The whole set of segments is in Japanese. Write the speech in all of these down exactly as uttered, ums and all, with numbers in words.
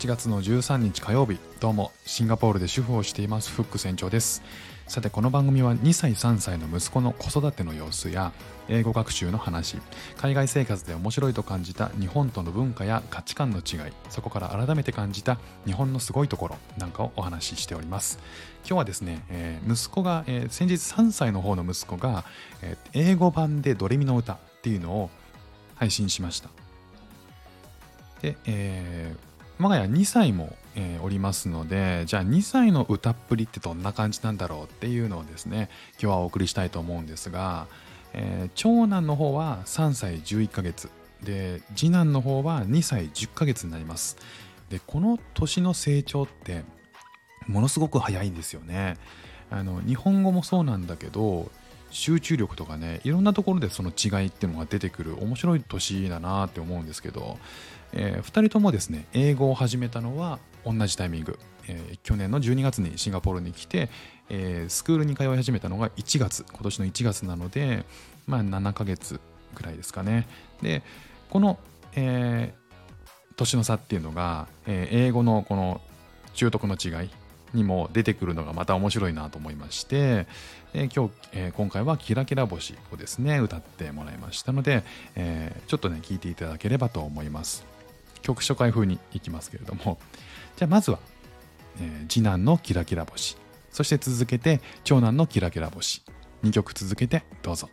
しがつのじゅうさんにち火曜日、どうもシンガポールで主婦をしていますフック船長です。さて、この番組はにさいさんさいの息子の子育ての様子や英語学習の話、海外生活で面白いと感じた日本との文化や価値観の違い、そこから改めて感じた日本のすごいところなんかをお話ししております。今日はですね、えー、息子が、えー、先日さんさいの方の息子が、えー、英語版でドレミの歌っていうのを配信しました。で、えー、我が家にさいも、えー、おりますので、じゃあにさいの歌っぷりってどんな感じなんだろうっていうのをですね、今日はお送りしたいと思うんですが、えー、長男の方はさんさいじゅういっかげつで、次男の方はにさいじゅっかげつになります。で、この年の成長ってものすごく早いんですよね。あの日本語もそうなんだけど、集中力とかね、いろんなところでその違いっていうのが出てくる面白い年だなって思うんですけど、えー、ふたりともですね、英語を始めたのは同じタイミング、えー、去年のじゅうにがつにシンガポールに来て、えー、スクールに通い始めたのがいちがつ、今年のいちがつなので、まあななかげつぐらいですかね。で、この、えー、年の差っていうのが、えー、英語のこの習得の違いにも出てくるのがまた面白いなと思いまして、えー、今日、えー、今回はキラキラ星をですね歌ってもらいましたので、えー、ちょっとね聞いていただければと思います。曲紹介風にいきますけれども、じゃあまずは、えー、次男のキラキラ星、そして続けて長男のキラキラ星、にきょく続けてどうぞ。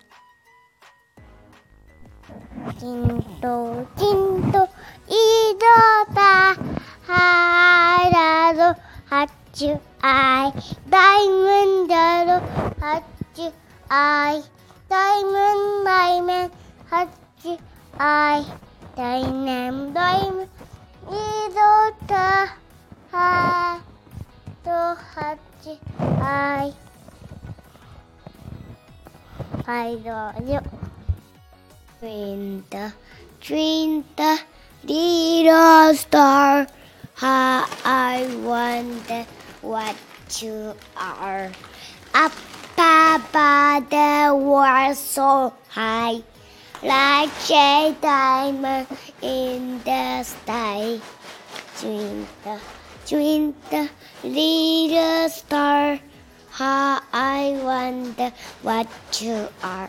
金と金と色だ腹の八愛ダイヤモンドの八愛ダイヤモンドダイヤモンド八愛ダイヤモンドダイヤモンド色だ腹の八愛はいどうぞ。Twinkle, twinkle, little star, how I wonder what you are. Up above the world so high, like a diamond in the sky. Twinkle, twinkle, little star, how I wonder what you are.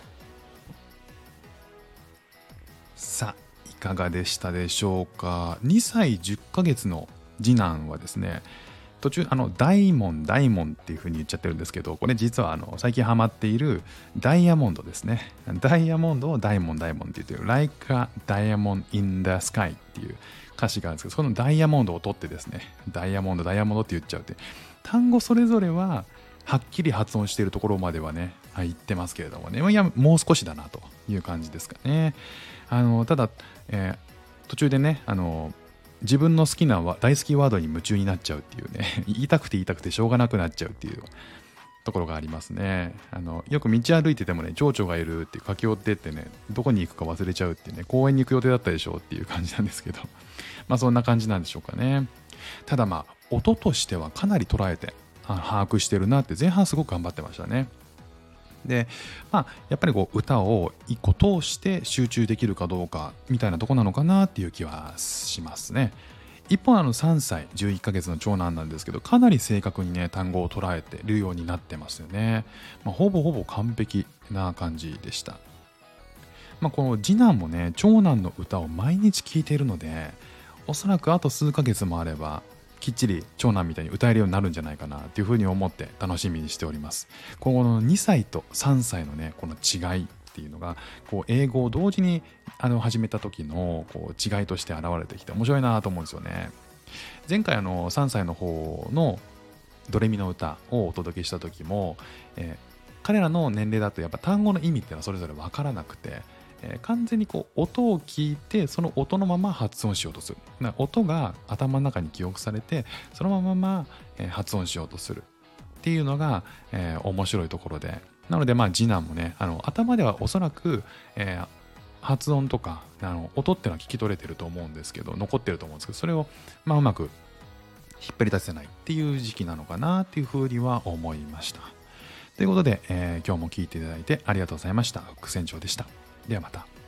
さあ、いかがでしたでしょうか。にさいじゅっかげつの次男はですね、途中あの大門大門っていう風に言っちゃってるんですけど、これ実はあの最近ハマっているダイヤモンドですね。ダイヤモンドを大門大門って言ってる Like a diamond in the sky っていう歌詞があるんですけど、そのダイヤモンドを取ってですね、ダイヤモンドダイヤモンドって言っちゃうって、単語それぞれははっきり発音しているところまではね言ってますけれどもね、いやもう少しだなという感じですかね。あのただ、えー、途中でね、あの自分の好きな大好きワードに夢中になっちゃうっていうね言いたくて言いたくてしょうがなくなっちゃうっていうところがありますね。あのよく道歩いててもね、蝶々がいるって駆け寄ってってね、どこに行くか忘れちゃうってね、公園に行く予定だったでしょうっていう感じなんですけどまあそんな感じなんでしょうかね。ただまあ音としてはかなり捉えて把握してるなって、前半すごく頑張ってましたね。で、まあやっぱりこう歌を一個通して集中できるかどうかみたいなとこなのかなっていう気はしますね。一方あのさんさいじゅういっかげつの長男なんですけど、かなり正確にね単語を捉えてるようになってますよね。まあ、ほぼほぼ完璧な感じでした。まあ、この次男もね、長男の歌を毎日聴いているので、おそらくあと数ヶ月もあればきっちり長男みたいに歌えるようになるんじゃないかなっていうふうに思って楽しみにしております。今後のにさいとさんさいのね、この違いっていうのがこう英語を同時にあの始めた時のこう違いとして現れてきて面白いなと思うんですよね。前回あのさんさいの方のドレミの歌をお届けした時も、えー、彼らの年齢だとやっぱ単語の意味っていうのはそれぞれ分からなくて、えー、完全にこう音を聞いてその音のまま発音しようとする。音が頭の中に記憶されてそのまま、えー、発音しようとするっていうのが、えー、面白いところで、なのでまあ次男もね、あの頭ではおそらく、えー、発音とかあの音っていうのは聞き取れてると思うんですけど、残ってると思うんですけど、それをまあうまく引っ張り出せないっていう時期なのかなっていうふうには思いました。ということで、えー、今日も聞いていただいてありがとうございました。副船長でした。ではまた。